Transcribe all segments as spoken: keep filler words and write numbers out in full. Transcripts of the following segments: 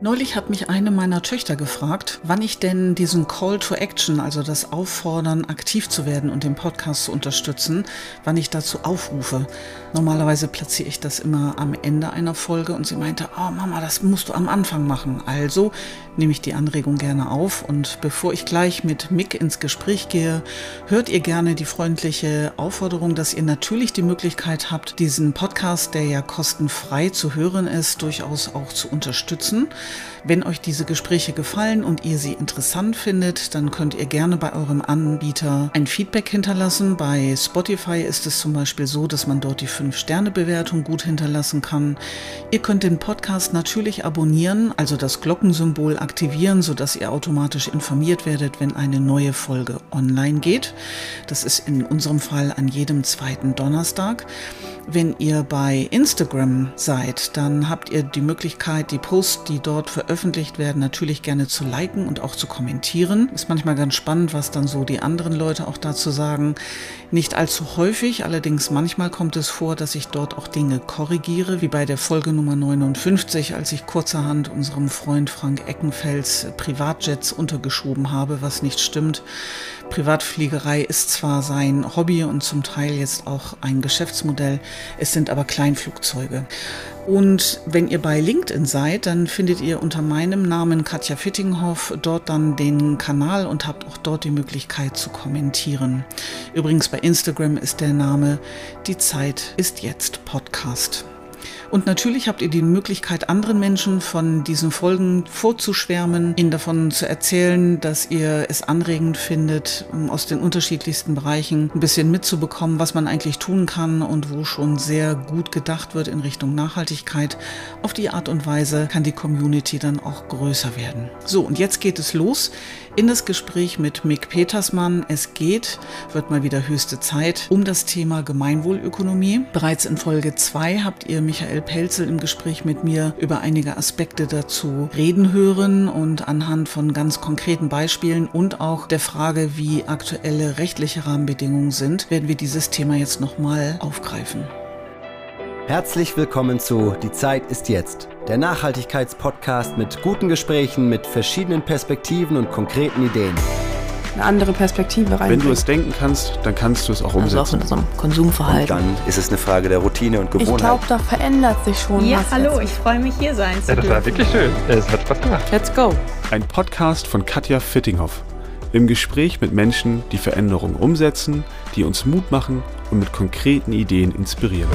Neulich hat mich eine meiner Töchter gefragt, wann ich denn diesen Call to Action, also das Auffordern, aktiv zu werden und den Podcast zu unterstützen, wann ich dazu aufrufe. Normalerweise platziere ich das immer am Ende einer Folge und sie meinte, oh Mama, das musst du am Anfang machen. Also nehme ich die Anregung gerne auf und bevor ich gleich mit Mick ins Gespräch gehe, hört ihr gerne die freundliche Aufforderung, dass ihr natürlich die Möglichkeit habt, diesen Podcast, der ja kostenfrei zu hören ist, durchaus auch zu unterstützen. Wenn euch diese Gespräche gefallen und ihr sie interessant findet, dann könnt ihr gerne bei eurem Anbieter ein Feedback hinterlassen. Bei Spotify ist es zum Beispiel so, dass man dort die fünf Sterne Bewertung gut hinterlassen kann. Ihr könnt den Podcast natürlich abonnieren, also das Glockensymbol aktivieren, sodass ihr automatisch informiert werdet, wenn eine neue Folge online geht. Das ist in unserem Fall an jedem zweiten Donnerstag. Wenn ihr bei Instagram seid, dann habt ihr die Möglichkeit, die Posts, die dort veröffentlicht werden, natürlich gerne zu liken und auch zu kommentieren. Ist manchmal ganz spannend, was dann so die anderen Leute auch dazu sagen. Nicht allzu häufig, allerdings manchmal kommt es vor, dass ich dort auch Dinge korrigiere, wie bei der Folge Nummer neunundfünfzig, als ich kurzerhand unserem Freund Frank Eckenfels Privatjets untergeschoben habe, was nicht stimmt. Privatfliegerei ist zwar sein Hobby und zum Teil jetzt auch ein Geschäftsmodell, es sind aber Kleinflugzeuge. Und wenn ihr bei LinkedIn seid, dann findet ihr unter meinem Namen Katja Fittinghoff dort dann den Kanal und habt auch dort die Möglichkeit zu kommentieren. Übrigens bei Instagram ist der Name Die Zeit ist jetzt Podcast. Und natürlich habt ihr die Möglichkeit, anderen Menschen von diesen Folgen vorzuschwärmen, ihnen davon zu erzählen, dass ihr es anregend findet, aus den unterschiedlichsten Bereichen ein bisschen mitzubekommen, was man eigentlich tun kann und wo schon sehr gut gedacht wird in Richtung Nachhaltigkeit. Auf die Art und Weise kann die Community dann auch größer werden. So, und jetzt geht es los in das Gespräch mit Mick Petersmann. Es geht, wird mal wieder höchste Zeit, um das Thema Gemeinwohlökonomie. Bereits in Folge zwei habt ihr Michael Pelzel im Gespräch mit mir über einige Aspekte dazu reden hören und anhand von ganz konkreten Beispielen und auch der Frage, wie aktuelle rechtliche Rahmenbedingungen sind, werden wir dieses Thema jetzt nochmal aufgreifen. Herzlich willkommen zu Die Zeit ist jetzt, der Nachhaltigkeitspodcast mit guten Gesprächen, mit verschiedenen Perspektiven und konkreten Ideen. Eine andere Perspektive rein. Wenn du es denken kannst, dann kannst du es auch umsetzen. Also auch in unserem Konsumverhalten. Und dann ist es eine Frage der Routine und Gewohnheit. Ich glaube, da verändert sich schon ja, was. Ja, hallo, jetzt. ich freue mich, hier sein zu ja, das dürfen. war wirklich schön. Es hat Spaß gemacht. Let's go. Ein Podcast von Katja Fittinghoff. Im Gespräch mit Menschen, die Veränderungen umsetzen, die uns Mut machen und mit konkreten Ideen inspirieren.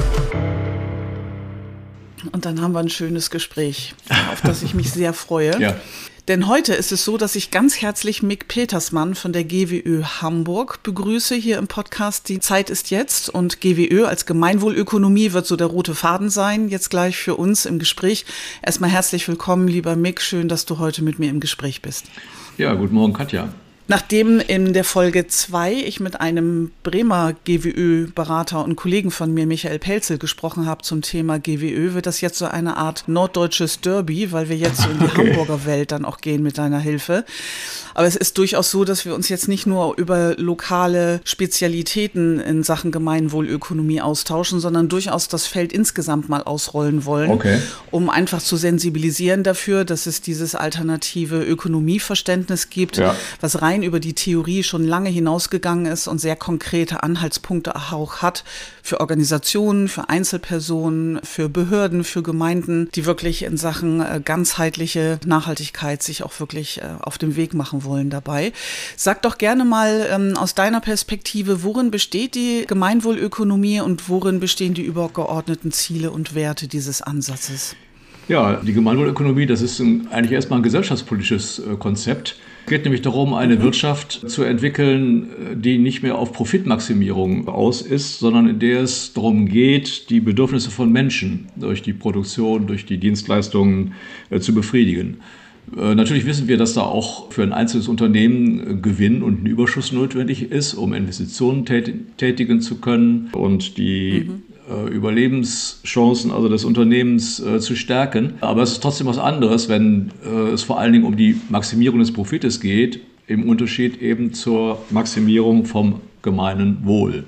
Und dann haben wir ein schönes Gespräch, auf das ich mich sehr freue. Ja. Denn heute ist es so, dass ich ganz herzlich Mick Petersmann von der G W Ö Hamburg begrüße hier im Podcast Die Zeit ist jetzt. Und G W Ö als Gemeinwohlökonomie wird so der rote Faden sein, jetzt gleich für uns im Gespräch. Erstmal herzlich willkommen, lieber Mick. Schön, dass du heute mit mir im Gespräch bist. Ja, guten Morgen, Katja. Nachdem in der Folge zwei ich mit einem Bremer G W Ö-Berater und Kollegen von mir, Michael Pelzel, gesprochen habe zum Thema G W Ö, wird das jetzt so eine Art norddeutsches Derby, weil wir jetzt so in die okay. Hamburger Welt dann auch gehen mit deiner Hilfe. Aber es ist durchaus so, dass wir uns jetzt nicht nur über lokale Spezialitäten in Sachen Gemeinwohlökonomie austauschen, sondern durchaus das Feld insgesamt mal ausrollen wollen, okay. um einfach zu sensibilisieren dafür, dass es dieses alternative Ökonomieverständnis gibt, ja. was rein über die Theorie schon lange hinausgegangen ist und sehr konkrete Anhaltspunkte auch hat für Organisationen, für Einzelpersonen, für Behörden, für Gemeinden, die wirklich in Sachen ganzheitliche Nachhaltigkeit sich auch wirklich auf den Weg machen wollen dabei. Sag doch gerne mal ähm, aus deiner Perspektive, worin besteht die Gemeinwohlökonomie und worin bestehen die übergeordneten Ziele und Werte dieses Ansatzes? Ja, die Gemeinwohlökonomie, das ist ein, eigentlich erstmal ein gesellschaftspolitisches äh, Konzept. Es geht nämlich darum, eine mhm. Wirtschaft zu entwickeln, die nicht mehr auf Profitmaximierung aus ist, sondern in der es darum geht, die Bedürfnisse von Menschen durch die Produktion, durch die Dienstleistungen äh, zu befriedigen. Äh, natürlich wissen wir, dass da auch für ein einzelnes Unternehmen äh, Gewinn und ein Überschuss notwendig ist, um Investitionen tät- tätigen zu können und die mhm. Überlebenschancen also des Unternehmens äh, zu stärken. Aber es ist trotzdem was anderes, wenn äh, es vor allen Dingen um die Maximierung des Profites geht, im Unterschied eben zur Maximierung vom gemeinen Wohl.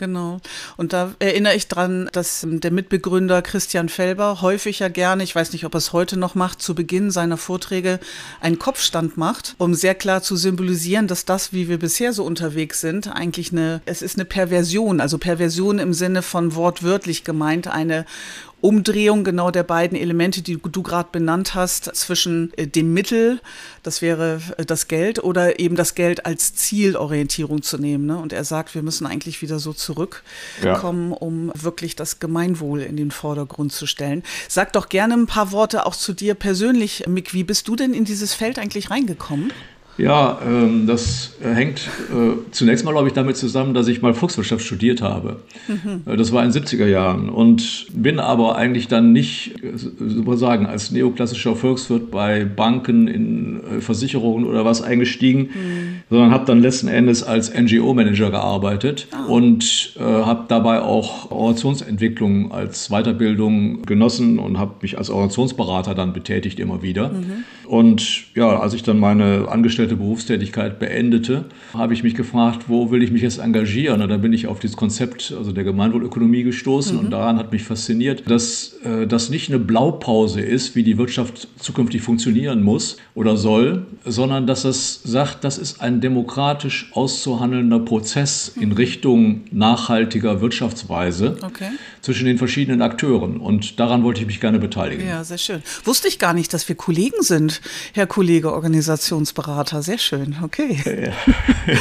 Genau. Und da erinnere ich dran, dass der Mitbegründer Christian Felber häufig ja gerne, ich weiß nicht, ob er es heute noch macht, zu Beginn seiner Vorträge einen Kopfstand macht, um sehr klar zu symbolisieren, dass das, wie wir bisher so unterwegs sind, eigentlich eine, es ist eine Perversion, also Perversion im Sinne von wortwörtlich gemeint, eine Umdrehung genau der beiden Elemente, die du gerade benannt hast, zwischen dem Mittel, das wäre das Geld, oder eben das Geld als Zielorientierung zu nehmen. Ne? Und er sagt, wir müssen eigentlich wieder so zurückkommen, ja. um wirklich das Gemeinwohl in den Vordergrund zu stellen. Sag doch gerne ein paar Worte auch zu dir persönlich, Mick. Wie bist du denn in dieses Feld eigentlich reingekommen? Ja, ähm, das hängt äh, zunächst mal, glaube ich, damit zusammen, dass ich mal Volkswirtschaft studiert habe. Mhm. Äh, das war in den siebziger Jahren und bin aber eigentlich dann nicht, äh, sozusagen, als neoklassischer Volkswirt bei Banken, in äh, Versicherungen oder was eingestiegen, mhm. sondern habe dann letzten Endes als N G O-Manager gearbeitet oh. und äh, habe dabei auch Organisationsentwicklung als Weiterbildung genossen und habe mich als Organisationsberater dann betätigt immer wieder. Mhm. Und ja, als ich dann meine angestellte Berufstätigkeit beendete, habe ich mich gefragt, wo will ich mich jetzt engagieren? Und da bin ich auf dieses Konzept, also der Gemeinwohlökonomie gestoßen mhm. und daran hat mich fasziniert, dass äh, das nicht eine Blaupause ist, wie die Wirtschaft zukünftig funktionieren muss oder soll, sondern dass es sagt, das ist ein demokratisch auszuhandelnder Prozess in Richtung nachhaltiger Wirtschaftsweise okay. zwischen den verschiedenen Akteuren. Und daran wollte ich mich gerne beteiligen. Ja, sehr schön. Wusste ich gar nicht, dass wir Kollegen sind, Herr Kollege Organisationsberater. Sehr schön, okay. Ja.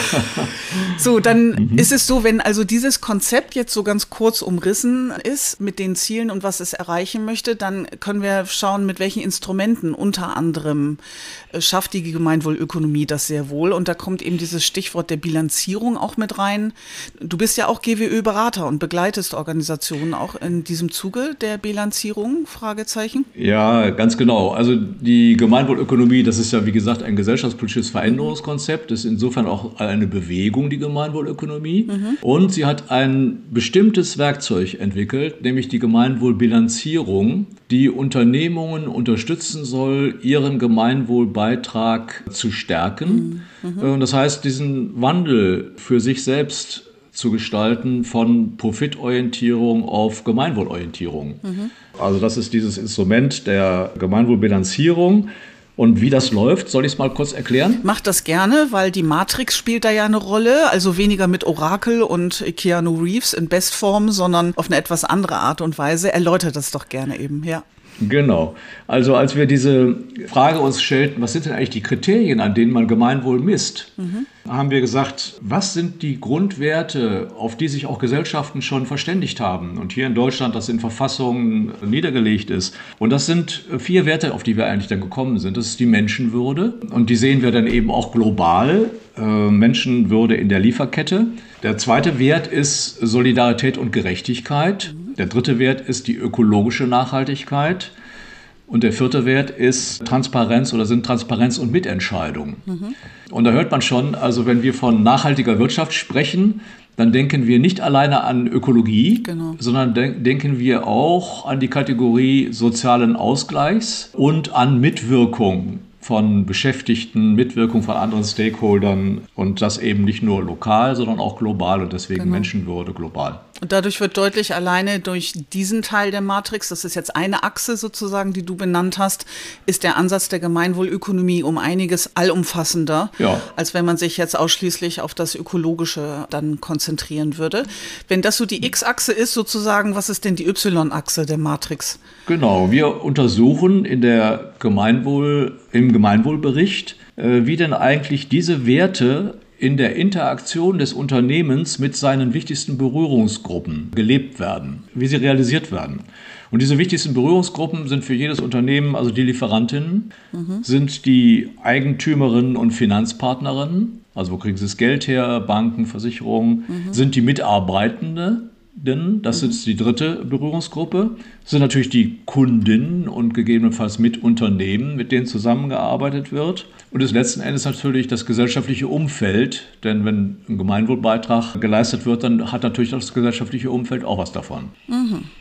So, dann mhm. ist es so, wenn also dieses Konzept jetzt so ganz kurz umrissen ist mit den Zielen und was es erreichen möchte, dann können wir schauen, mit welchen Instrumenten unter anderem schafft die Gemeinwohlökonomie das sehr wohl. Und da kommt eben dieses Stichwort der Bilanzierung auch mit rein. Du bist ja auch G W Ö-Berater und begleitest Organisationen auch in diesem Zuge der Bilanzierung, Fragezeichen? Ja, ganz genau. Also die Gemeinwohlökonomie, das ist ja wie gesagt ein gesellschaftspolitisches Veränderungskonzept, ist insofern auch eine Bewegung, die Gemeinwohlökonomie. Mhm. Und sie hat ein bestimmtes Werkzeug entwickelt, nämlich die Gemeinwohlbilanzierung, die Unternehmungen unterstützen soll, ihren Gemeinwohlbeitrag zu stärken. Mhm. Und das heißt, diesen Wandel für sich selbst zu gestalten von Profitorientierung auf Gemeinwohlorientierung. Mhm. Also das ist dieses Instrument der Gemeinwohlbilanzierung. Und wie das läuft, soll ich es mal kurz erklären? Mach das gerne, weil die Matrix spielt da ja eine Rolle, also weniger mit Orakel und Keanu Reeves in Bestform, sondern auf eine etwas andere Art und Weise. Erläutert das doch gerne eben, ja. Genau. Also als wir diese Frage uns stellten, was sind denn eigentlich die Kriterien, an denen man Gemeinwohl misst, mhm. haben wir gesagt, was sind die Grundwerte, auf die sich auch Gesellschaften schon verständigt haben und hier in Deutschland das in Verfassungen niedergelegt ist. Und das sind vier Werte, auf die wir eigentlich dann gekommen sind. Das ist die Menschenwürde und die sehen wir dann eben auch global. Äh, Menschenwürde in der Lieferkette. Der zweite Wert ist Solidarität und Gerechtigkeit. Der dritte Wert ist die ökologische Nachhaltigkeit. Und der vierte Wert ist Transparenz oder sind Transparenz und Mitentscheidung. Mhm. Und da hört man schon, also wenn wir von nachhaltiger Wirtschaft sprechen, dann denken wir nicht alleine an Ökologie, genau. sondern de- denken wir auch an die Kategorie sozialen Ausgleichs und an Mitwirkung von Beschäftigten, Mitwirkung von anderen Stakeholdern und das eben nicht nur lokal, sondern auch global und deswegen genau. Menschenwürde global. Und dadurch wird deutlich, alleine durch diesen Teil der Matrix, das ist jetzt eine Achse sozusagen, die du benannt hast, ist der Ansatz der Gemeinwohlökonomie um einiges allumfassender, ja. als wenn man sich jetzt ausschließlich auf das Ökologische dann konzentrieren würde. Wenn das so die X-Achse ist sozusagen, was ist denn die Y-Achse der Matrix? Genau, wir untersuchen in der Gemeinwohl, im Gemeinwohlbericht, äh, wie denn eigentlich diese Werte in der Interaktion des Unternehmens mit seinen wichtigsten Berührungsgruppen gelebt werden, wie sie realisiert werden. Und diese wichtigsten Berührungsgruppen sind für jedes Unternehmen, also die Lieferantinnen, mhm. sind die Eigentümerinnen und Finanzpartnerinnen, also wo kriegen sie das Geld her, Banken, Versicherungen, mhm. sind die Mitarbeitenden, das ist die dritte Berührungsgruppe, das sind natürlich die Kundinnen und gegebenenfalls Mitunternehmen, mit denen zusammengearbeitet wird. Und das letzten Endes natürlich das gesellschaftliche Umfeld, denn wenn ein Gemeinwohlbeitrag geleistet wird, dann hat natürlich das gesellschaftliche Umfeld auch was davon. Mhm.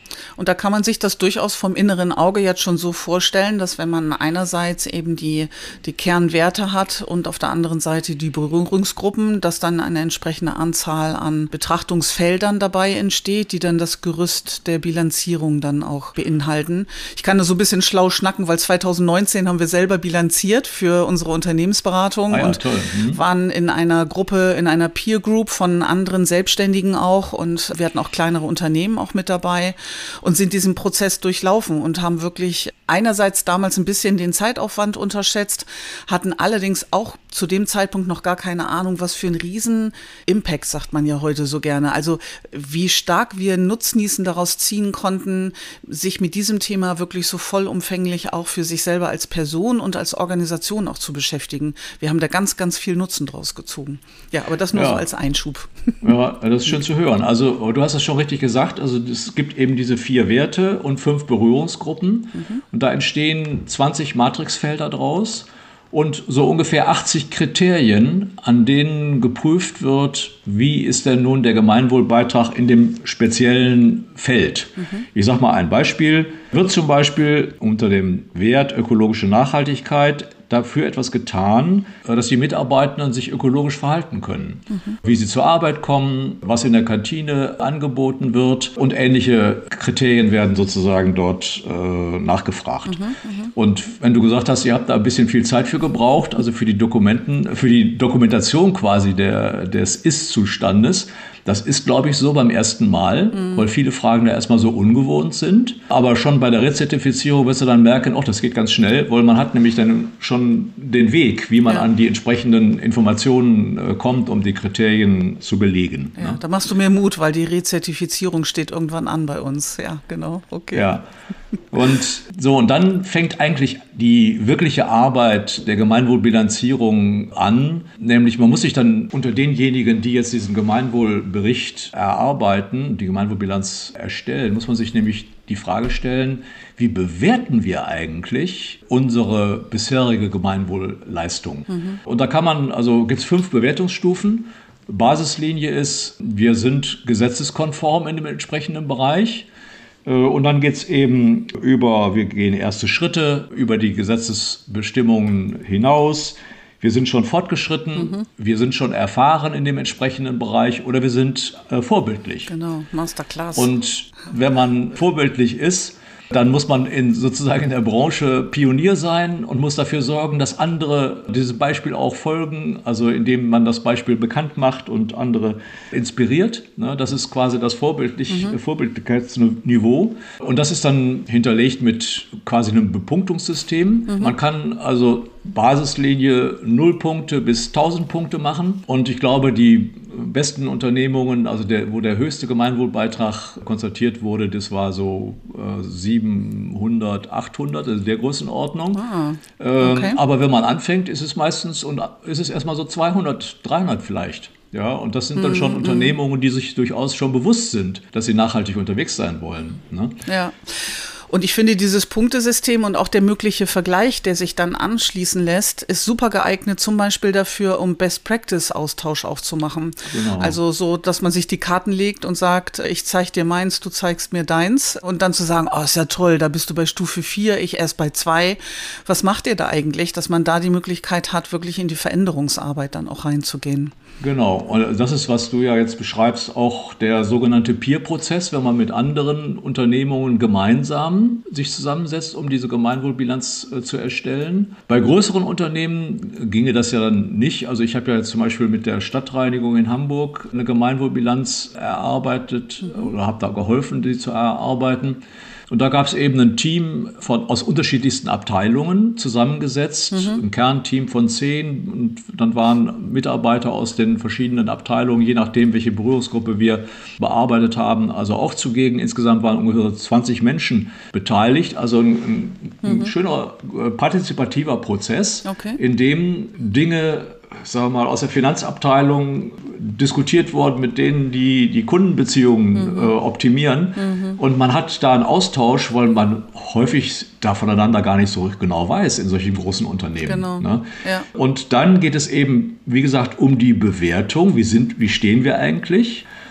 Und da kann man sich das durchaus vom inneren Auge jetzt schon so vorstellen, dass wenn man einerseits eben die, die Kernwerte hat und auf der anderen Seite die Berührungsgruppen, dass dann eine entsprechende Anzahl an Betrachtungsfeldern dabei entsteht, die dann das Gerüst der Bilanzierung dann auch beinhalten. Ich kann da so ein bisschen schlau schnacken, weil zwanzig neunzehn haben wir selber bilanziert für unsere Unternehmensberatung ah ja, und mhm. waren in einer Gruppe, in einer Peer Group von anderen Selbstständigen auch und wir hatten auch kleinere Unternehmen auch mit dabei. Und sind diesen Prozess durchlaufen und haben wirklich einerseits damals ein bisschen den Zeitaufwand unterschätzt, hatten allerdings auch zu dem Zeitpunkt noch gar keine Ahnung, was für einen riesen Impact, sagt man ja heute so gerne. Also wie stark wir Nutznießen daraus ziehen konnten, sich mit diesem Thema wirklich so vollumfänglich auch für sich selber als Person und als Organisation auch zu beschäftigen. Wir haben da ganz, ganz viel Nutzen draus gezogen. Ja, aber das nur ja. so als Einschub. Ja, das ist schön zu hören. Also du hast es schon richtig gesagt, also es gibt eben diese vier Werte und fünf Berührungsgruppen mhm. und da entstehen zwanzig Matrixfelder draus. Und so ungefähr achtzig Kriterien, an denen geprüft wird, wie ist denn nun der Gemeinwohlbeitrag in dem speziellen Feld. Mhm. Ich sage mal ein Beispiel. Wird zum Beispiel unter dem Wert ökologische Nachhaltigkeit dafür etwas getan, dass die Mitarbeitenden sich ökologisch verhalten können. Mhm. Wie sie zur Arbeit kommen, was in der Kantine angeboten wird und ähnliche Kriterien werden sozusagen dort äh, nachgefragt. Mhm, mh. Und wenn du gesagt hast, ihr habt da ein bisschen viel Zeit für gebraucht, also für die Dokumenten, für die Dokumentation quasi der, des Ist-Zustandes, das ist, glaube ich, so beim ersten Mal, mhm. weil viele Fragen da erstmal so ungewohnt sind. Aber schon bei der Rezertifizierung wirst du dann merken, oh, das geht ganz schnell, weil man hat nämlich dann schon den Weg, wie man ja. an die entsprechenden Informationen äh, kommt, um die Kriterien zu belegen. Ja, ne? Da machst du mir Mut, weil die Rezertifizierung steht irgendwann an bei uns. Ja, genau. Okay. Ja. Und so, und dann fängt eigentlich die wirkliche Arbeit der Gemeinwohlbilanzierung an, nämlich man muss sich dann unter denjenigen, die jetzt diesen Gemeinwohlbericht erarbeiten, die Gemeinwohlbilanz erstellen, muss man sich nämlich die Frage stellen, wie bewerten wir eigentlich unsere bisherige Gemeinwohlleistung? Mhm. Und da kann man, also gibt es fünf Bewertungsstufen. Basislinie ist, wir sind gesetzeskonform in dem entsprechenden Bereich. Und dann geht es eben über, wir gehen erste Schritte über die Gesetzesbestimmungen hinaus. Wir sind schon fortgeschritten, mhm. wir sind schon erfahren in dem entsprechenden Bereich oder wir sind äh, vorbildlich. Genau, Masterclass. Und wenn man vorbildlich ist, dann muss man in, sozusagen in der Branche Pionier sein und muss dafür sorgen, dass andere diesem Beispiel auch folgen, also indem man das Beispiel bekannt macht und andere inspiriert. Das ist quasi das Vorbildlich, mhm. Vorbildlichkeitsniveau. Und das ist dann hinterlegt mit quasi einem Bepunktungssystem. Mhm. Man kann also Basislinie null Punkte bis tausend Punkte machen. Und ich glaube, die besten Unternehmungen, also der, wo der höchste Gemeinwohlbeitrag konstatiert wurde, das war so äh, siebenhundert, achthundert, also der Größenordnung. Ah, okay. ähm, aber wenn man anfängt, ist es meistens und ist es erstmal so zweihundert, dreihundert vielleicht. Ja, und das sind dann schon mm, Unternehmungen, die sich durchaus schon bewusst sind, dass sie nachhaltig unterwegs sein wollen. Ne? Ja. Und ich finde, dieses Punktesystem und auch der mögliche Vergleich, der sich dann anschließen lässt, ist super geeignet, zum Beispiel dafür, um Best-Practice-Austausch auch zu machen. Genau. Also so, dass man sich die Karten legt und sagt, ich zeig dir meins, du zeigst mir deins. Und dann zu sagen, oh, ist ja toll, da bist du bei Stufe vier, ich erst bei zwei. Was macht ihr da eigentlich, dass man da die Möglichkeit hat, wirklich in die Veränderungsarbeit dann auch reinzugehen? Genau, und das ist, was du ja jetzt beschreibst, auch der sogenannte Peer-Prozess, wenn man mit anderen Unternehmungen gemeinsam sich zusammensetzt, um diese Gemeinwohlbilanz äh, zu erstellen. Bei größeren Unternehmen ginge das ja dann nicht. Also ich habe ja jetzt zum Beispiel mit der Stadtreinigung in Hamburg eine Gemeinwohlbilanz erarbeitet mhm. oder habe da geholfen, die zu erarbeiten. Und da gab es eben ein Team von, aus unterschiedlichsten Abteilungen zusammengesetzt, mhm. ein Kernteam von zehn und dann waren Mitarbeiter aus den verschiedenen Abteilungen, je nachdem, welche Berührungsgruppe wir bearbeitet haben, also auch zugegen. Insgesamt waren ungefähr zwanzig Menschen beteiligt, also ein, ein mhm. schöner partizipativer Prozess, okay. in dem Dinge, sagen wir mal, aus der Finanzabteilung diskutiert worden, mit denen die die Kundenbeziehungen mhm. äh, optimieren. Mhm. Und man hat da einen Austausch, weil man häufig da voneinander gar nicht so genau weiß in solchen großen Unternehmen. Genau. Ne? Ja. Und dann geht es eben, wie gesagt, um die Bewertung. Wie sind, wie stehen wir eigentlich?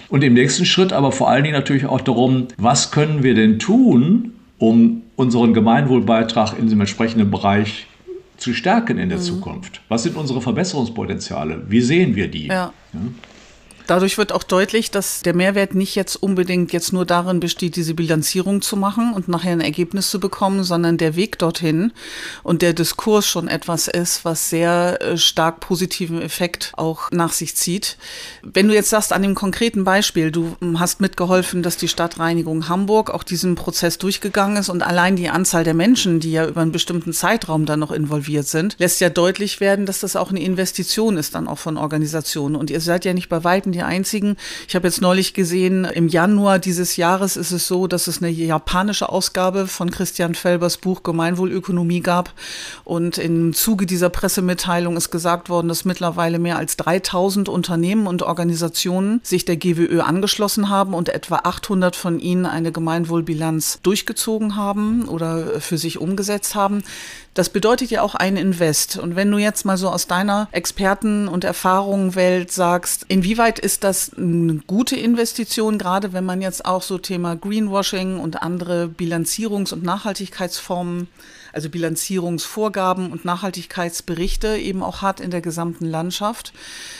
Und im nächsten Schritt aber vor allen Dingen natürlich auch darum, was können wir denn tun, um unseren Gemeinwohlbeitrag in diesem entsprechenden Bereich zu stärken in der mhm. Zukunft. Was sind unsere Verbesserungspotenziale? Wie sehen wir die? Ja. Ja? Dadurch wird auch deutlich, dass der Mehrwert nicht jetzt unbedingt jetzt nur darin besteht, diese Bilanzierung zu machen und nachher ein Ergebnis zu bekommen, sondern der Weg dorthin und der Diskurs schon etwas ist, was sehr stark positiven Effekt auch nach sich zieht. Wenn du jetzt sagst, an dem konkreten Beispiel, du hast mitgeholfen, dass die Stadtreinigung Hamburg auch diesen Prozess durchgegangen ist und allein die Anzahl der Menschen, die ja über einen bestimmten Zeitraum dann noch involviert sind, lässt ja deutlich werden, dass das auch eine Investition ist dann auch von Organisationen. Und ihr seid ja nicht bei Weitem die einzigen. Ich habe jetzt neulich gesehen, im Januar dieses Jahres ist es so, dass es eine japanische Ausgabe von Christian Felbers Buch Gemeinwohlökonomie gab. Und im Zuge dieser Pressemitteilung ist gesagt worden, dass mittlerweile mehr als dreitausend Unternehmen und Organisationen sich der G W Ö angeschlossen haben und etwa achthundert von ihnen eine Gemeinwohlbilanz durchgezogen haben oder für sich umgesetzt haben. Das bedeutet ja auch ein Invest. Und wenn du jetzt mal so aus deiner Experten- und Erfahrungenwelt sagst, inwieweit ist das eine gute Investition, gerade wenn man jetzt auch so Thema Greenwashing und andere Bilanzierungs- und Nachhaltigkeitsformen, also Bilanzierungsvorgaben und Nachhaltigkeitsberichte eben auch hat in der gesamten Landschaft.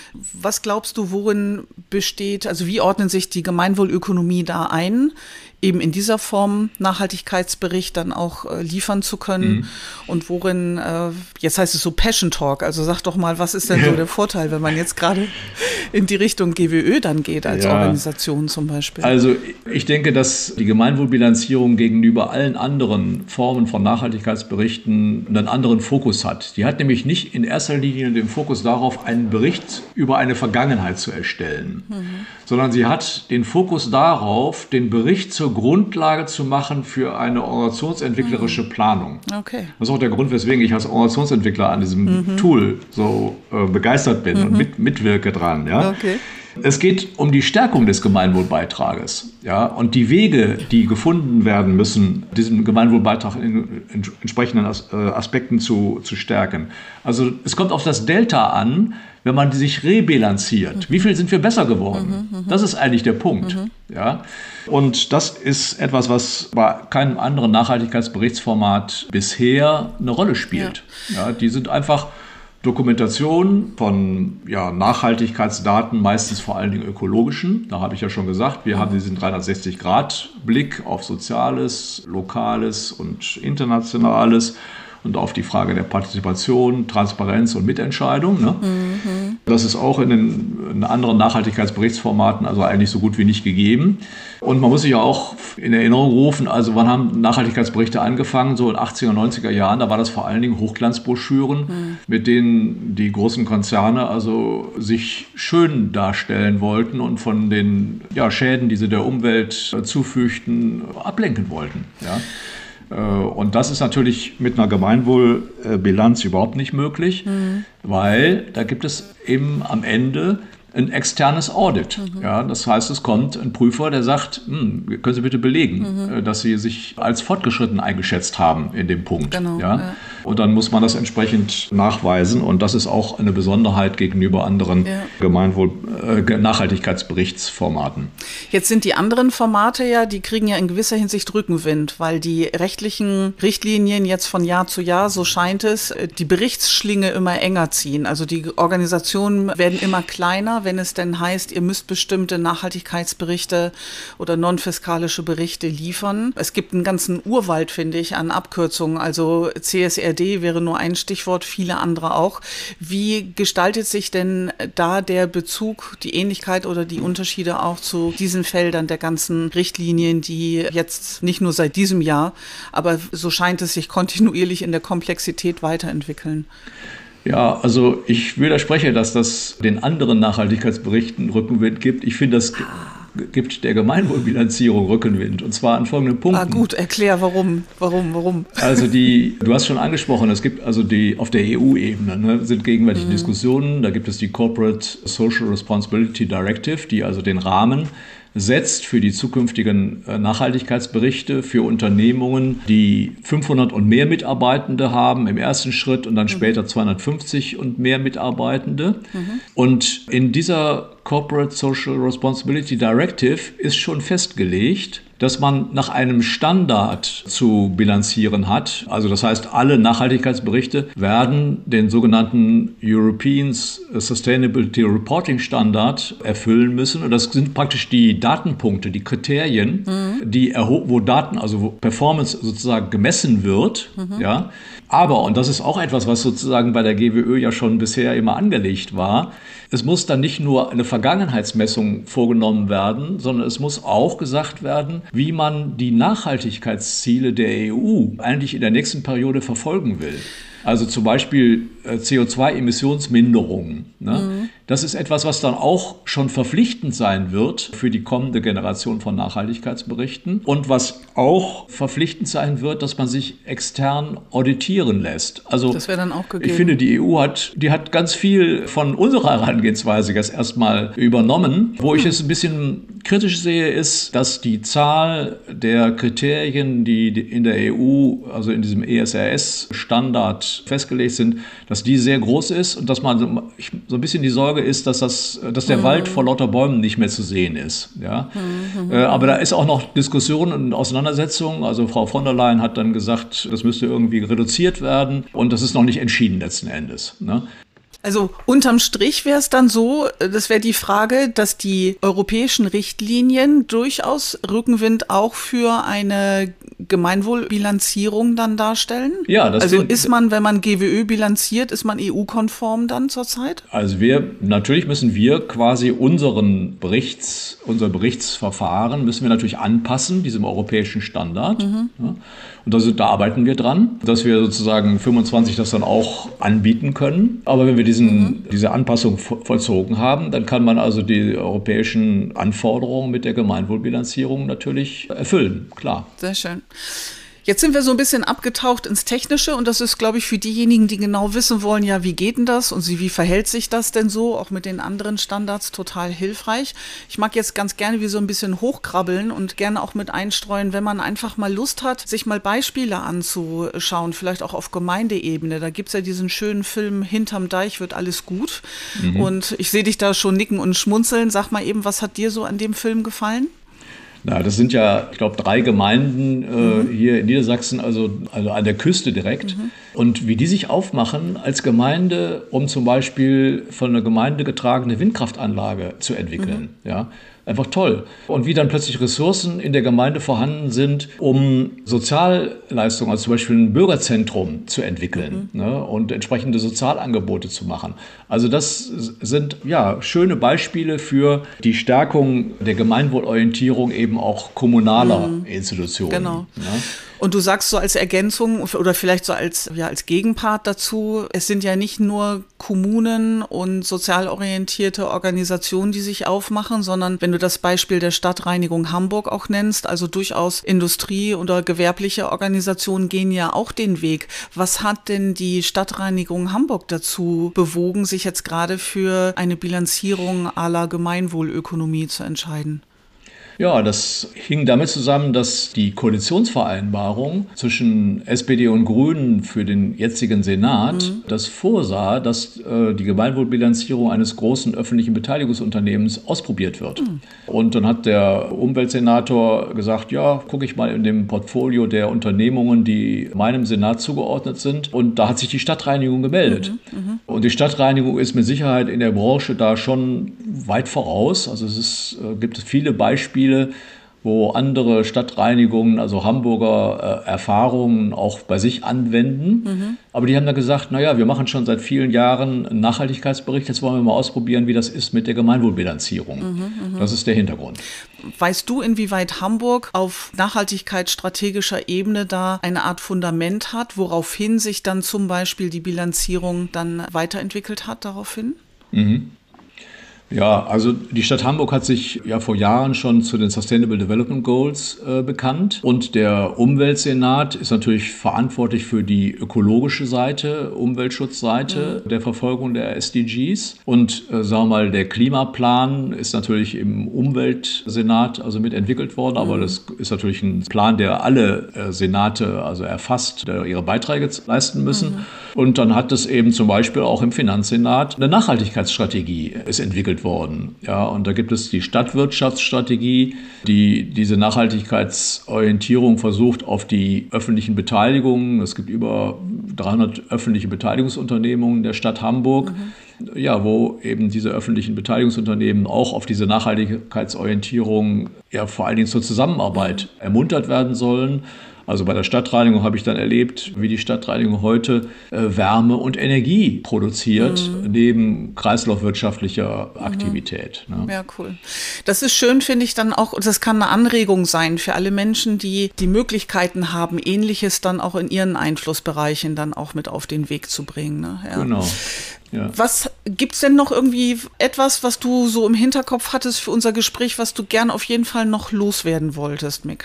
Was glaubst du, worin besteht, also wie ordnen sich die Gemeinwohlökonomie da ein, eben in dieser Form Nachhaltigkeitsbericht dann auch äh, liefern zu können? Mhm. Und worin, äh, jetzt heißt es so Passion Talk, also sag doch mal, was ist denn so der Vorteil, wenn man jetzt gerade in die Richtung G W Ö dann geht, als ja. Organisation zum Beispiel? Also ich denke, dass die Gemeinwohlbilanzierung gegenüber allen anderen Formen von Nachhaltigkeitsberichten einen anderen Fokus hat. Die hat nämlich nicht in erster Linie den Fokus darauf, einen Bericht über eine Vergangenheit zu erstellen, mhm. sondern sie hat den Fokus darauf, den Bericht zur Grundlage zu machen für eine organisationsentwicklerische mhm. Planung. Okay. Das ist auch der Grund, weswegen ich als Organisationsentwickler an diesem mhm. Tool so äh, begeistert bin mhm. und mit, mitwirke dran. Ja? Okay. Es geht um die Stärkung des Gemeinwohlbeitrages, ja, und die Wege, die gefunden werden müssen, diesen Gemeinwohlbeitrag in, in entsprechenden As, äh, Aspekten zu, zu stärken. Also es kommt auf das Delta an, wenn man sich rebilanziert. Mhm. Wie viel sind wir besser geworden? Mhm, das ist eigentlich der Punkt. Mhm. Ja? Und das ist etwas, was bei keinem anderen Nachhaltigkeitsberichtsformat bisher eine Rolle spielt. Ja. Ja, die sind einfach Dokumentation von ja, Nachhaltigkeitsdaten, meistens vor allen Dingen ökologischen. Da habe ich ja schon gesagt, wir haben diesen dreihundertsechzig Grad Blick auf Soziales, Lokales und Internationales und auf die Frage der Partizipation, Transparenz und Mitentscheidung. Ne? Mhm. Das ist auch in den in anderen Nachhaltigkeitsberichtsformaten also eigentlich so gut wie nicht gegeben. Und man muss sich ja auch in Erinnerung rufen, also wann haben Nachhaltigkeitsberichte angefangen? So in den achtziger, neunziger Jahren, da war das vor allen Dingen Hochglanzbroschüren, mhm. mit denen die großen Konzerne also sich schön darstellen wollten und von den ja, Schäden, die sie der Umwelt zufügten, ablenken wollten. Ja? Und das ist natürlich mit einer Gemeinwohlbilanz überhaupt nicht möglich, mhm. weil da gibt es eben am Ende ein externes Audit. Mhm. Ja, das heißt, es kommt ein Prüfer, der sagt, hm, können Sie bitte belegen, mhm. dass Sie sich als fortgeschritten eingeschätzt haben in dem Punkt. Genau, ja? Ja. Und dann muss man das entsprechend nachweisen. Und das ist auch eine Besonderheit gegenüber anderen ja. Gemeinwohl- äh, Nachhaltigkeitsberichtsformaten. Jetzt sind die anderen Formate ja, die kriegen ja in gewisser Hinsicht Rückenwind, weil die rechtlichen Richtlinien jetzt von Jahr zu Jahr, so scheint es, die Berichtsschlinge immer enger ziehen. Also die Organisationen werden immer kleiner, wenn es denn heißt, ihr müsst bestimmte Nachhaltigkeitsberichte oder non-fiskalische Berichte liefern. Es gibt einen ganzen Urwald, finde ich, an Abkürzungen. Also C S R D wäre nur ein Stichwort, viele andere auch. Wie gestaltet sich denn da der Bezug, die Ähnlichkeit oder die Unterschiede auch zu diesen Feldern der ganzen Richtlinien, die jetzt nicht nur seit diesem Jahr, aber so scheint es sich kontinuierlich in der Komplexität weiterentwickeln? Ja, also ich widerspreche, dass das den anderen Nachhaltigkeitsberichten Rückenwind gibt. Ich finde, das gibt der Gemeinwohlbilanzierung Rückenwind, und zwar an folgenden Punkten. Ah gut, erklär warum, warum, warum. Also die, du hast schon angesprochen, es gibt also die auf der E U-Ebene ne, sind gegenwärtig mhm. Diskussionen. Da gibt es die Corporate Social Responsibility Directive, die also den Rahmen setzt für die zukünftigen Nachhaltigkeitsberichte für Unternehmungen, die fünfhundert und mehr Mitarbeitende haben im ersten Schritt und dann später zweihundertfünfzig und mehr Mitarbeitende. Mhm. Und in dieser Corporate Social Responsibility Directive ist schon festgelegt, dass man nach einem Standard zu bilanzieren hat. Also das heißt, alle Nachhaltigkeitsberichte werden den sogenannten European Sustainability Reporting Standard erfüllen müssen. Und das sind praktisch die Datenpunkte, die Kriterien, mhm. die erho- wo Daten, also wo Performance sozusagen gemessen wird. Mhm. Ja. Aber, und das ist auch etwas, was sozusagen bei der G W Ö ja schon bisher immer angelegt war, es muss dann nicht nur eine Vergangenheitsmessung vorgenommen werden, sondern es muss auch gesagt werden, wie man die Nachhaltigkeitsziele der E U eigentlich in der nächsten Periode verfolgen will. Also zum Beispiel C O zwei Emissionsminderung. Ne? Mhm. Das ist etwas, was dann auch schon verpflichtend sein wird für die kommende Generation von Nachhaltigkeitsberichten und was auch verpflichtend sein wird, dass man sich extern auditieren lässt. Also das wäre dann auch gegeben. Ich finde, die E U hat, die hat ganz viel von unserer Herangehensweise jetzt erstmal übernommen. Wo ich es ein bisschen kritisch sehe, ist, dass die Zahl der Kriterien, die in der E U, also in diesem E S R S-Standard festgelegt sind, dass die sehr groß ist und dass man so, so ein bisschen die Sorge ist, dass, das, dass der mhm. Wald vor lauter Bäumen nicht mehr zu sehen ist. Ja? Mhm. Äh, aber da ist auch noch Diskussion und Auseinandersetzung. Also Frau von der Leyen hat dann gesagt, das müsste irgendwie reduziert werden und das ist noch nicht entschieden letzten Endes. Ne? Also unterm Strich wäre es dann so, das wäre die Frage, dass die europäischen Richtlinien durchaus Rückenwind auch für eine Gemeinwohlbilanzierung dann darstellen? Ja, das also bin, ist man, wenn man G W Ö bilanziert, ist man E U-konform dann zurzeit? Also wir, natürlich müssen wir quasi unseren Berichts, unser Berichtsverfahren müssen wir natürlich anpassen, diesem europäischen Standard. Mhm. Ja. Und das, da arbeiten wir dran, dass wir sozusagen fünfundzwanzig das dann auch anbieten können. Aber wenn wir diesen, mhm. diese Anpassung vollzogen haben, dann kann man also die europäischen Anforderungen mit der Gemeinwohlbilanzierung natürlich erfüllen, klar. Sehr schön. Jetzt sind wir so ein bisschen abgetaucht ins Technische und das ist, glaube ich, für diejenigen, die genau wissen wollen, ja, wie geht denn das und wie verhält sich das denn so, auch mit den anderen Standards, total hilfreich. Ich mag jetzt ganz gerne wie so ein bisschen hochkrabbeln und gerne auch mit einstreuen, wenn man einfach mal Lust hat, sich mal Beispiele anzuschauen, vielleicht auch auf Gemeindeebene. Da gibt es ja diesen schönen Film Hinterm Deich wird alles gut. Mhm. Und ich sehe dich da schon nicken und schmunzeln. Sag mal eben, was hat dir so an dem Film gefallen? Na, das sind ja, ich glaube, drei Gemeinden äh, mhm. hier in Niedersachsen, also, also an der Küste direkt. Mhm. Und wie die sich aufmachen als Gemeinde, um zum Beispiel von einer Gemeinde getragene Windkraftanlage zu entwickeln. Mhm. Ja, einfach toll. Und wie dann plötzlich Ressourcen in der Gemeinde vorhanden sind, um Sozialleistungen, also zum Beispiel ein Bürgerzentrum zu entwickeln, mhm. ne, und entsprechende Sozialangebote zu machen. Also das sind ja schöne Beispiele für die Stärkung der Gemeinwohlorientierung eben auch kommunaler mhm. Institutionen. Genau. Ne? Und du sagst so als Ergänzung oder vielleicht so als, ja, als Gegenpart dazu, es sind ja nicht nur Kommunen und sozial orientierte Organisationen, die sich aufmachen, sondern wenn du das Beispiel der Stadtreinigung Hamburg auch nennst, also durchaus Industrie- oder gewerbliche Organisationen gehen ja auch den Weg. Was hat denn die Stadtreinigung Hamburg dazu bewogen, sich jetzt gerade für eine Bilanzierung à la Gemeinwohlökonomie zu entscheiden? Ja, das hing damit zusammen, dass die Koalitionsvereinbarung zwischen S P D und Grünen für den jetzigen Senat mhm. das vorsah, dass äh, die Gemeinwohlbilanzierung eines großen öffentlichen Beteiligungsunternehmens ausprobiert wird. Mhm. Und dann hat der Umweltsenator gesagt, ja, gucke ich mal in dem Portfolio der Unternehmungen, die meinem Senat zugeordnet sind. Und da hat sich die Stadtreinigung gemeldet. Mhm. Mhm. Und die Stadtreinigung ist mit Sicherheit in der Branche da schon weit voraus. Also es ist, äh, gibt es viele Beispiele, wo andere Stadtreinigungen, also Hamburger äh, Erfahrungen auch bei sich anwenden. Mhm. Aber die haben dann gesagt, naja, wir machen schon seit vielen Jahren einen Nachhaltigkeitsbericht, jetzt wollen wir mal ausprobieren, wie das ist mit der Gemeinwohlbilanzierung. Mhm, mh. Das ist der Hintergrund. Weißt du, inwieweit Hamburg auf nachhaltigkeitsstrategischer Ebene da eine Art Fundament hat, woraufhin sich dann zum Beispiel die Bilanzierung dann weiterentwickelt hat, daraufhin? Mhm. Ja, also die Stadt Hamburg hat sich ja vor Jahren schon zu den Sustainable Development Goals äh, bekannt. Und der Umweltsenat ist natürlich verantwortlich für die ökologische Seite, Umweltschutzseite mhm. der Verfolgung der S D Gs. Und äh, sagen wir mal, der Klimaplan ist natürlich im Umweltsenat also mitentwickelt worden. Mhm. Aber das ist natürlich ein Plan, der alle äh, Senate also erfasst, der ihre Beiträge leisten müssen. Mhm. Und dann hat es eben zum Beispiel auch im Finanzsenat eine Nachhaltigkeitsstrategie ist entwickelt worden. Ja, und da gibt es die Stadtwirtschaftsstrategie, die diese Nachhaltigkeitsorientierung versucht auf die öffentlichen Beteiligungen. Es gibt über dreihundert öffentliche Beteiligungsunternehmungen der Stadt Hamburg, mhm. ja, wo eben diese öffentlichen Beteiligungsunternehmen auch auf diese Nachhaltigkeitsorientierung ja vor allen Dingen zur Zusammenarbeit ermuntert werden sollen. Also bei der Stadtreinigung habe ich dann erlebt, wie die Stadtreinigung heute äh, Wärme und Energie produziert, mhm. neben kreislaufwirtschaftlicher Aktivität. Mhm. Ne? Ja, cool. Das ist schön, finde ich dann auch, das kann eine Anregung sein für alle Menschen, die die Möglichkeiten haben, Ähnliches dann auch in ihren Einflussbereichen dann auch mit auf den Weg zu bringen. Ne? Ja. Genau. Ja. Was gibt's denn noch irgendwie etwas, was du so im Hinterkopf hattest für unser Gespräch, was du gern auf jeden Fall noch loswerden wolltest, Mick?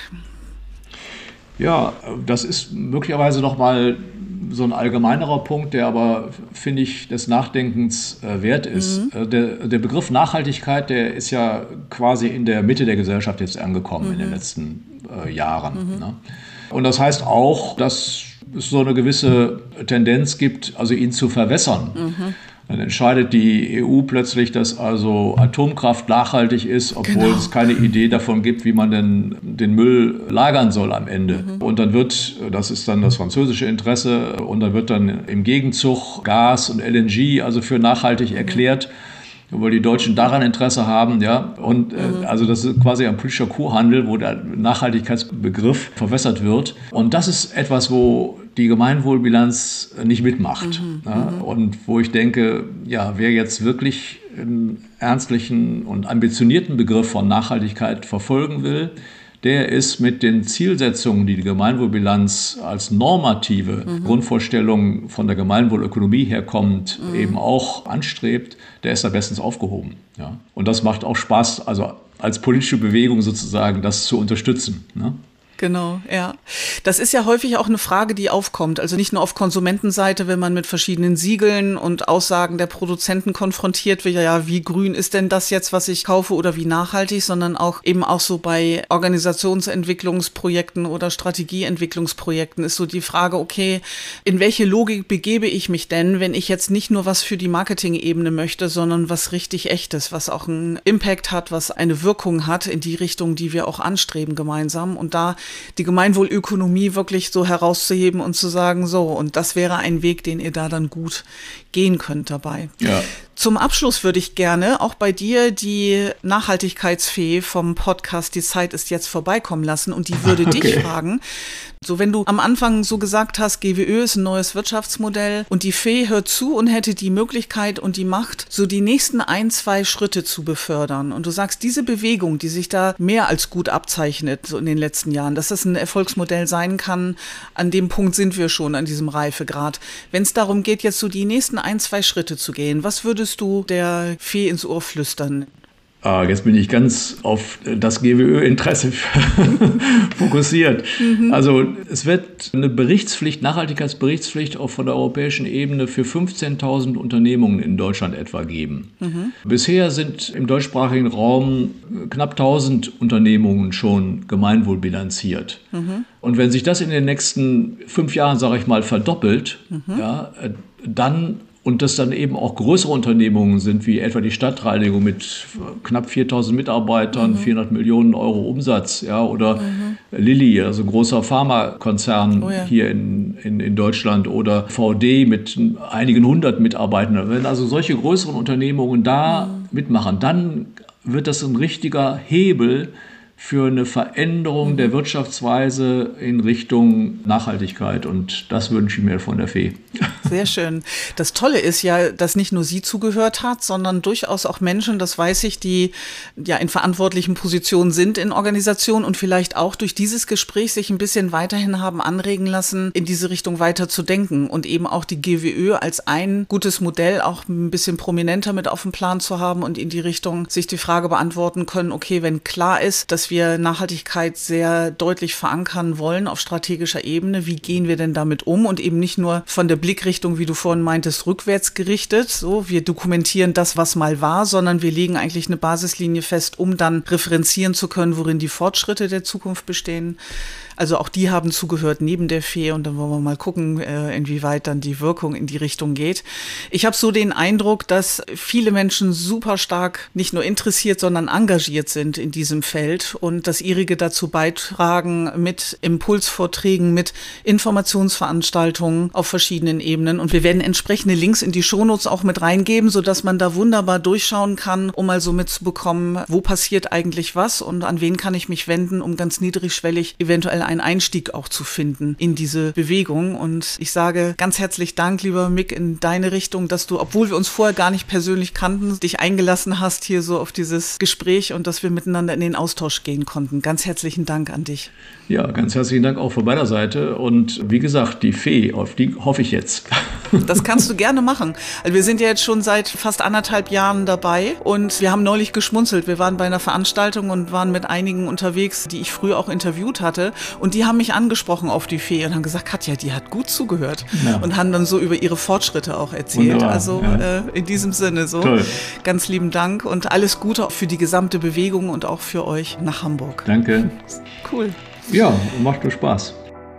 Ja, das ist möglicherweise noch mal so ein allgemeinerer Punkt, der aber, finde ich, des Nachdenkens äh, wert ist. Mhm. Der, der Begriff Nachhaltigkeit, der ist ja quasi in der Mitte der Gesellschaft jetzt angekommen mhm. in den letzten äh, Jahren. Mhm. Ne? Und das heißt auch, dass es so eine gewisse Tendenz gibt, also ihn zu verwässern. Mhm. Dann entscheidet die E U plötzlich, dass also Atomkraft nachhaltig ist, obwohl genau. es keine Idee davon gibt, wie man denn den Müll lagern soll am Ende. Mhm. Und dann wird, das ist dann das französische Interesse, und dann wird dann im Gegenzug Gas und L N G also für nachhaltig mhm. erklärt, weil die Deutschen daran Interesse haben, ja. Und äh, mhm. also das ist quasi ein politischer Kuhhandel, wo der Nachhaltigkeitsbegriff verwässert wird. Und das ist etwas, wo die Gemeinwohlbilanz nicht mitmacht. Mhm. Ja. Und wo ich denke, ja, wer jetzt wirklich einen ernstlichen und ambitionierten Begriff von Nachhaltigkeit verfolgen will, der ist mit den Zielsetzungen, die die Gemeinwohlbilanz als normative mhm. Grundvorstellung von der Gemeinwohlökonomie herkommt, mhm. eben auch anstrebt, der ist da bestens aufgehoben. Ja. Und das macht auch Spaß, also als politische Bewegung sozusagen, das zu unterstützen. Ne? Genau, ja. Das ist ja häufig auch eine Frage, die aufkommt. Also nicht nur auf Konsumentenseite, wenn man mit verschiedenen Siegeln und Aussagen der Produzenten konfrontiert wird, ja, wie grün ist denn das jetzt, was ich kaufe, oder wie nachhaltig, sondern auch eben auch so bei Organisationsentwicklungsprojekten oder Strategieentwicklungsprojekten ist so die Frage, okay, in welche Logik begebe ich mich denn, wenn ich jetzt nicht nur was für die Marketing-Ebene möchte, sondern was richtig Echtes, was auch einen Impact hat, was eine Wirkung hat in die Richtung, die wir auch anstreben gemeinsam. Und da die Gemeinwohlökonomie wirklich so herauszuheben und zu sagen, so, und das wäre ein Weg, den ihr da dann gut gehen könnt dabei. Ja. Zum Abschluss würde ich gerne auch bei dir die Nachhaltigkeitsfee vom Podcast Die Zeit ist jetzt vorbeikommen lassen, und die würde okay. dich fragen, so wenn du am Anfang so gesagt hast, G W Ö ist ein neues Wirtschaftsmodell und die Fee hört zu und hätte die Möglichkeit und die Macht, so die nächsten ein, zwei Schritte zu befördern, und du sagst, diese Bewegung, die sich da mehr als gut abzeichnet so in den letzten Jahren, dass das ein Erfolgsmodell sein kann, an dem Punkt sind wir schon, an diesem Reifegrad. Wenn es darum geht, jetzt so die nächsten ein, zwei Schritte zu gehen, was würdest du der Fee ins Ohr flüstern? Ah, jetzt bin ich ganz auf das G W Ö-Interesse fokussiert. Mhm. Also es wird eine Berichtspflicht, Nachhaltigkeitsberichtspflicht auch von der europäischen Ebene für fünfzehntausend Unternehmungen in Deutschland etwa geben. Mhm. Bisher sind im deutschsprachigen Raum knapp tausend Unternehmungen schon gemeinwohlbilanziert. Mhm. Und wenn sich das in den nächsten fünf Jahren, sage ich mal, verdoppelt, mhm. ja, dann und das dann eben auch größere Unternehmungen sind, wie etwa die Stadtreinigung mit knapp viertausend Mitarbeitern, mhm. vierhundert Millionen Euro Umsatz, ja, oder mhm. Lilly, also ein großer Pharmakonzern oh ja. hier in, in, in Deutschland, oder V D mit einigen hundert Mitarbeitern. Wenn also solche größeren Unternehmungen da mhm. mitmachen, dann wird das ein richtiger Hebel für eine Veränderung der Wirtschaftsweise in Richtung Nachhaltigkeit. Und das wünsche ich mir von der Fee. Sehr schön. Das Tolle ist ja, dass nicht nur sie zugehört hat, sondern durchaus auch Menschen, das weiß ich, die ja in verantwortlichen Positionen sind in Organisationen und vielleicht auch durch dieses Gespräch sich ein bisschen weiterhin haben anregen lassen, in diese Richtung weiter zu denken und eben auch die G W Ö als ein gutes Modell auch ein bisschen prominenter mit auf dem Plan zu haben und in die Richtung sich die Frage beantworten können, okay, wenn klar ist, dass wir Nachhaltigkeit sehr deutlich verankern wollen auf strategischer Ebene, wie gehen wir denn damit um und eben nicht nur von der Blickrichtung, wie du vorhin meintest, rückwärts gerichtet, so wir dokumentieren das, was mal war, sondern wir legen eigentlich eine Basislinie fest, um dann referenzieren zu können, worin die Fortschritte der Zukunft bestehen. Also auch die haben zugehört neben der Fee und dann wollen wir mal gucken, inwieweit dann die Wirkung in die Richtung geht. Ich habe so den Eindruck, dass viele Menschen super stark nicht nur interessiert, sondern engagiert sind in diesem Feld und das ihrige dazu beitragen mit Impulsvorträgen, mit Informationsveranstaltungen auf verschiedenen Ebenen und wir werden entsprechende Links in die Shownotes auch mit reingeben, sodass man da wunderbar durchschauen kann, um mal so mitzubekommen, wo passiert eigentlich was und an wen kann ich mich wenden, um ganz niedrigschwellig eventuell einen Einstieg auch zu finden in diese Bewegung. Und ich sage ganz herzlich Dank, lieber Mick, in deine Richtung, dass du, obwohl wir uns vorher gar nicht persönlich kannten, dich eingelassen hast hier so auf dieses Gespräch und dass wir miteinander in den Austausch gehen konnten. Ganz herzlichen Dank an dich. Ja, ganz herzlichen Dank auch von meiner Seite. Und wie gesagt, die Fee, auf die hoffe ich jetzt. Das kannst du gerne machen. Also wir sind ja jetzt schon seit fast anderthalb Jahren dabei und wir haben neulich geschmunzelt. Wir waren bei einer Veranstaltung und waren mit einigen unterwegs, die ich früher auch interviewt hatte. Und die haben mich angesprochen auf die Fee und haben gesagt, Katja, die hat gut zugehört. Ja. Und haben dann so über ihre Fortschritte auch erzählt. Wunderbar. Also ja. äh, in diesem Sinne so. Toll. Ganz lieben Dank und alles Gute für die gesamte Bewegung und auch für euch nach Hamburg. Danke. Cool. Ja, macht nur Spaß.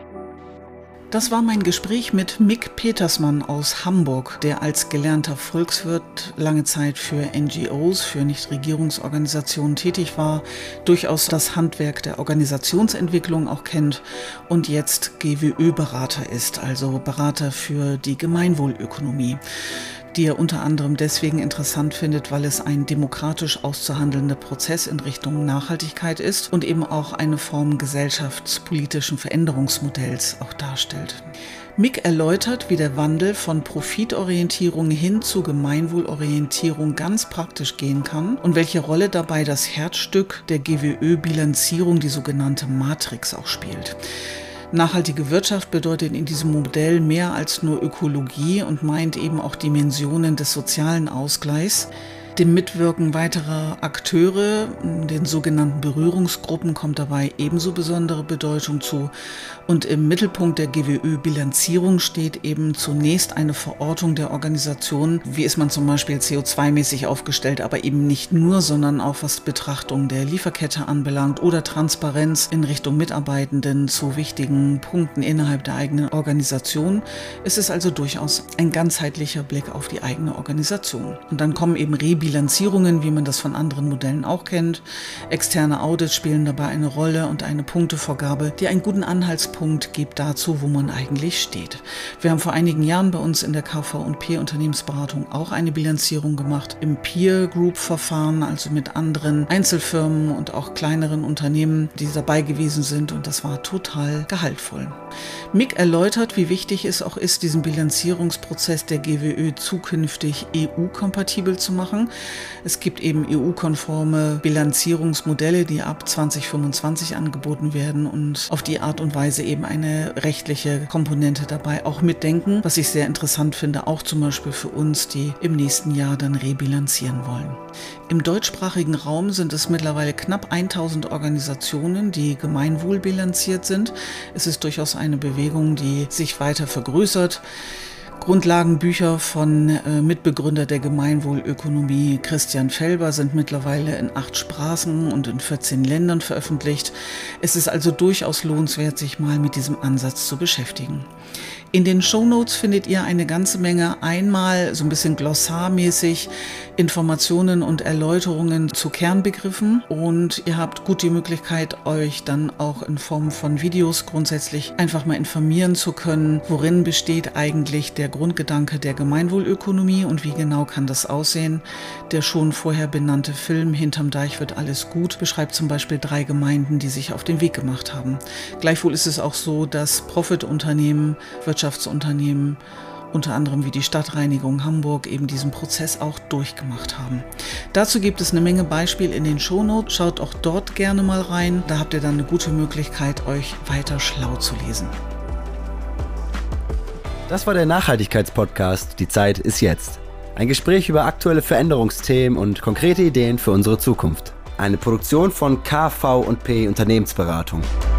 Das war mein Gespräch mit Mick Petersmann aus Hamburg, der als gelernter Volkswirt lange Zeit für N G Os, für Nichtregierungsorganisationen tätig war, durchaus das Handwerk der Organisationsentwicklung auch kennt und jetzt G W Ö-Berater ist, also Berater für die Gemeinwohlökonomie, die er unter anderem deswegen interessant findet, weil es ein demokratisch auszuhandelnder Prozess in Richtung Nachhaltigkeit ist und eben auch eine Form gesellschaftspolitischen Veränderungsmodells auch darstellt. Mick erläutert, wie der Wandel von Profitorientierung hin zu Gemeinwohlorientierung ganz praktisch gehen kann und welche Rolle dabei das Herzstück der G W Ö-Bilanzierung, die sogenannte Matrix, auch spielt. Nachhaltige Wirtschaft bedeutet in diesem Modell mehr als nur Ökologie und meint eben auch Dimensionen des sozialen Ausgleichs. Dem Mitwirken weiterer Akteure, den sogenannten Berührungsgruppen, kommt dabei ebenso besondere Bedeutung zu. Und im Mittelpunkt der G W Ö-Bilanzierung steht eben zunächst eine Verortung der Organisation. Wie ist man zum Beispiel C O zwei mäßig aufgestellt, aber eben nicht nur, sondern auch was Betrachtung der Lieferkette anbelangt oder Transparenz in Richtung Mitarbeitenden zu wichtigen Punkten innerhalb der eigenen Organisation. Es ist also durchaus ein ganzheitlicher Blick auf die eigene Organisation. Und dann kommen eben Rebilanzierungen, wie man das von anderen Modellen auch kennt. Externe Audits spielen dabei eine Rolle und eine Punktevorgabe, die einen guten Anhaltspunkt gibt dazu, wo man eigentlich steht. Wir haben vor einigen Jahren bei uns in der K V und P Unternehmensberatung auch eine Bilanzierung gemacht im Peer Group Verfahren, also mit anderen Einzelfirmen und auch kleineren Unternehmen, die dabei gewesen sind, und das war total gehaltvoll. Mick erläutert, wie wichtig es auch ist, diesen Bilanzierungsprozess der G W Ö zukünftig E U-kompatibel zu machen. Es gibt eben E U-konforme Bilanzierungsmodelle, die ab zwanzig fünfundzwanzig angeboten werden und auf die Art und Weise eben eine rechtliche Komponente dabei auch mitdenken, was ich sehr interessant finde, auch zum Beispiel für uns, die im nächsten Jahr dann rebilanzieren wollen. Im deutschsprachigen Raum sind es mittlerweile knapp tausend Organisationen, die gemeinwohlbilanziert sind. Es ist durchaus eine Bewegung, die sich weiter vergrößert. Grundlagenbücher von äh, Mitbegründer der Gemeinwohlökonomie Christian Felber sind mittlerweile in acht Sprachen und in vierzehn Ländern veröffentlicht. Es ist also durchaus lohnenswert, sich mal mit diesem Ansatz zu beschäftigen. In den Shownotes findet ihr eine ganze Menge einmal so ein bisschen glossarmäßig Informationen und Erläuterungen zu Kernbegriffen und ihr habt gut die Möglichkeit, euch dann auch in Form von Videos grundsätzlich einfach mal informieren zu können, worin besteht eigentlich der Grundgedanke der Gemeinwohlökonomie und wie genau kann das aussehen. Der schon vorher benannte Film Hinterm Deich wird alles gut beschreibt zum Beispiel drei Gemeinden, die sich auf den Weg gemacht haben. Gleichwohl ist es auch so, dass Profitunternehmen, Wirtschaftsunternehmen, unter anderem wie die Stadtreinigung Hamburg, eben diesen Prozess auch durchgemacht haben. Dazu gibt es eine Menge Beispiele in den Shownotes. Schaut auch dort gerne mal rein. Da habt ihr dann eine gute Möglichkeit, euch weiter schlau zu lesen. Das war der Nachhaltigkeitspodcast Die Zeit ist jetzt. Ein Gespräch über aktuelle Veränderungsthemen und konkrete Ideen für unsere Zukunft. Eine Produktion von K V und P Unternehmensberatung.